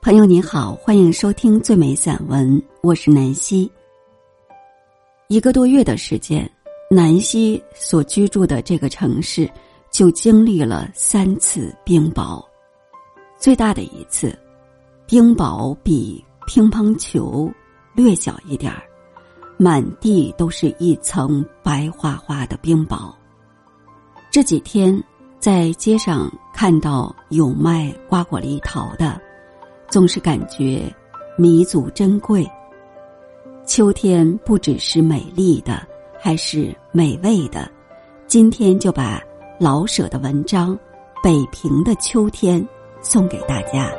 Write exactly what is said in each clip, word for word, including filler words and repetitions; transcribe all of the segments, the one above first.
朋友你好，欢迎收听最美散文，我是南希。一个多月的时间，南希所居住的这个城市就经历了三次冰雹。最大的一次，冰雹比乒乓球略小一点儿，满地都是一层白花花的冰雹。这几天在街上看到有卖瓜果梨桃的，总是感觉弥足珍贵。秋天不只是美丽的，还是美味的。今天就把老舍的文章《北平的秋天》送给大家。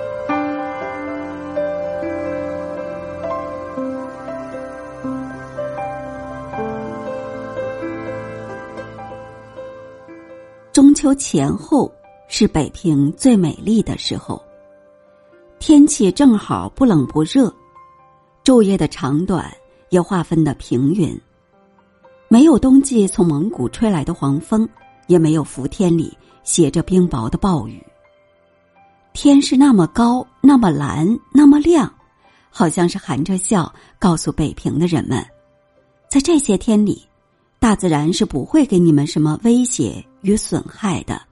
中秋前后是北平最美丽的时候，天气正好不冷不热，昼夜的长短也划分得平匀，没有冬季从蒙古吹来的黄风，也没有伏天里携着冰雹的暴雨。天是那么高，那么蓝，那么亮，好像是含着笑告诉北平的人们，在这些天里，大自然是不会给你们什么威胁与损害的。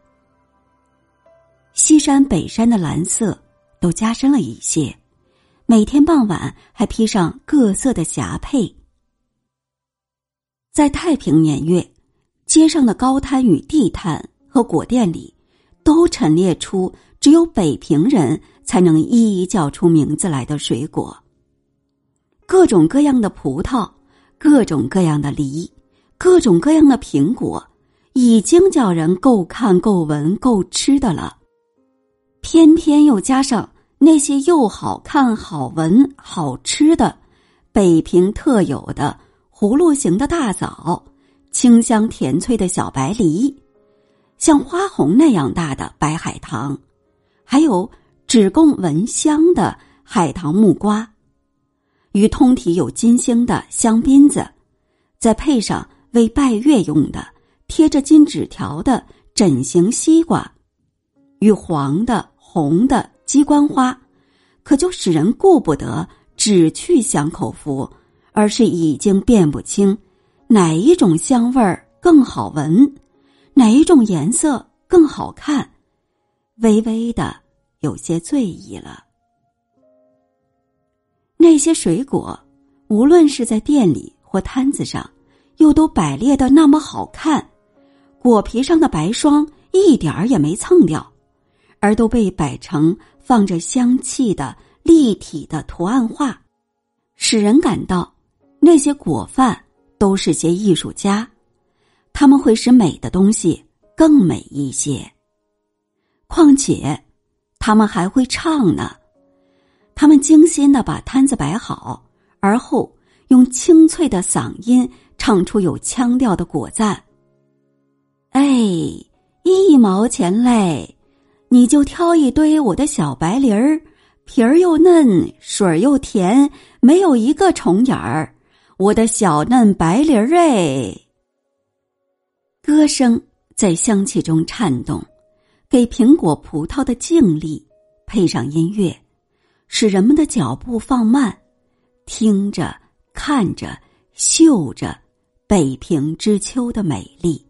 西山北山的蓝色都加深了一些，每天傍晚还披上各色的霞帔。在太平年月，街上的高摊与地摊和果店里都陈列出只有北平人才能一一叫出名字来的水果，各种各样的葡萄，各种各样的梨，各种各样的苹果，已经叫人够看够闻够吃的了。偏偏又加上那些又好看好闻好吃的北平特有的葫芦形的大枣，清香甜脆的小白梨，像花红那样大的白海棠，还有只供闻香的海棠木瓜，与通体有金星的香槟子，再配上为拜月用的贴着金纸条的枕形西瓜，与黄的红的鸡冠花，可就使人顾不得只去享口福，而是已经辨不清哪一种香味儿更好闻，哪一种颜色更好看，微微的有些醉意了。那些水果无论是在店里或摊子上，又都摆列得那么好看，果皮上的白霜一点儿也没蹭掉，而都被摆成放着香气的立体的图案画，使人感到那些果贩都是些艺术家，他们会使美的东西更美一些。况且他们还会唱呢，他们精心地把摊子摆好，而后用清脆的嗓音唱出有腔调的果赞。哎，一毛钱嘞，你就挑一堆我的小白梨儿，皮儿又嫩，水儿又甜，没有一个虫眼儿，我的小嫩白梨儿哎！歌声在香气中颤动，给苹果葡萄的静力配上音乐，使人们的脚步放慢，听着看着嗅着北平之秋的美丽。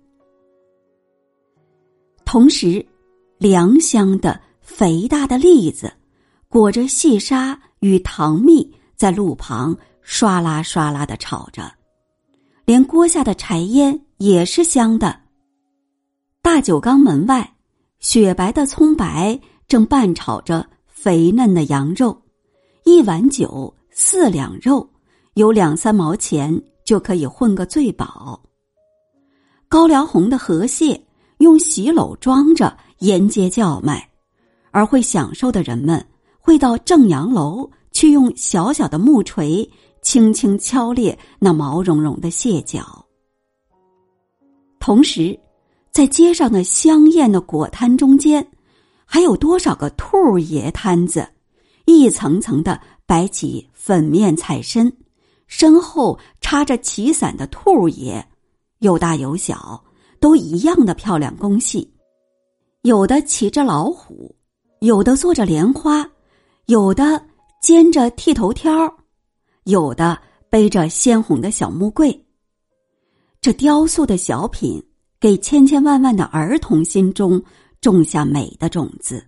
同时，良香的肥大的栗子裹着细沙与糖蜜在路旁唰啦唰啦地炒着，连锅下的柴烟也是香的。大酒缸门外，雪白的葱白正拌炒着肥嫩的羊肉，一碗酒四两肉，有两三毛钱就可以混个醉饱。高粱红的河蟹用席篓装着沿街叫卖，而会享受的人们会到正阳楼去用小小的木锤轻轻敲裂那毛茸茸的蟹脚。同时，在街上的香艳的果摊中间，还有多少个兔爷摊子，一层层的摆起粉面彩身，身后插着旗伞的兔爷，有大有小，都一样的漂亮工细。有的骑着老虎，有的坐着莲花， 有的肩着剃头挑，有的背着鲜红的小木柜。这雕塑的小品给千千万万的儿童心中种下美的种子。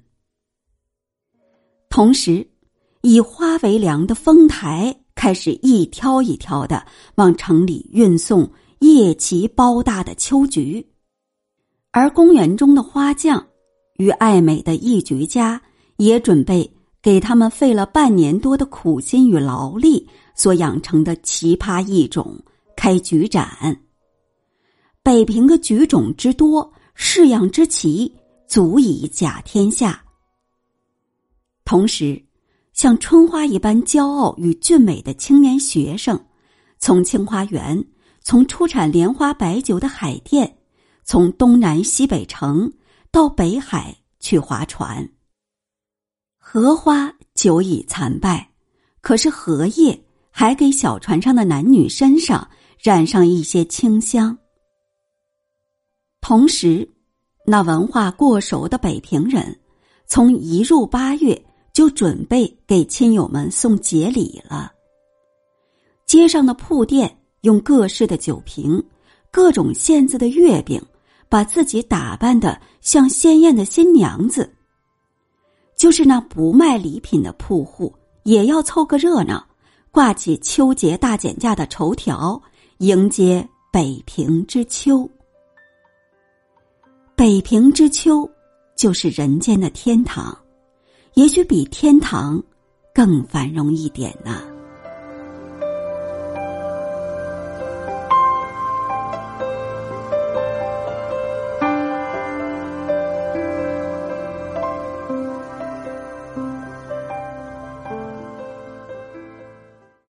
同时，以花为梁的丰台开始一挑一挑的往城里运送叶奇包大的秋菊，而公园中的花匠与爱美的艺菊家也准备给他们费了半年多的苦心与劳力所养成的奇葩异种开菊展。北平的菊种之多，式样之奇，足以甲天下。同时，像春花一般骄傲与俊美的青年学生，从清华园，从出产莲花白酒的海淀，从东南西北城到北海去划船。荷花久已残败，可是荷叶还给小船上的男女身上染上一些清香。同时，那文化过熟的北平人，从一入八月就准备给亲友们送节礼了。街上的铺店用各式的酒瓶、各种馅子的月饼，把自己打扮得像鲜艳的新娘子。就是那不卖礼品的铺户，也要凑个热闹，挂起秋节大减价的绸条，迎接北平之秋。北平之秋就是人间的天堂，也许比天堂更繁荣一点呢。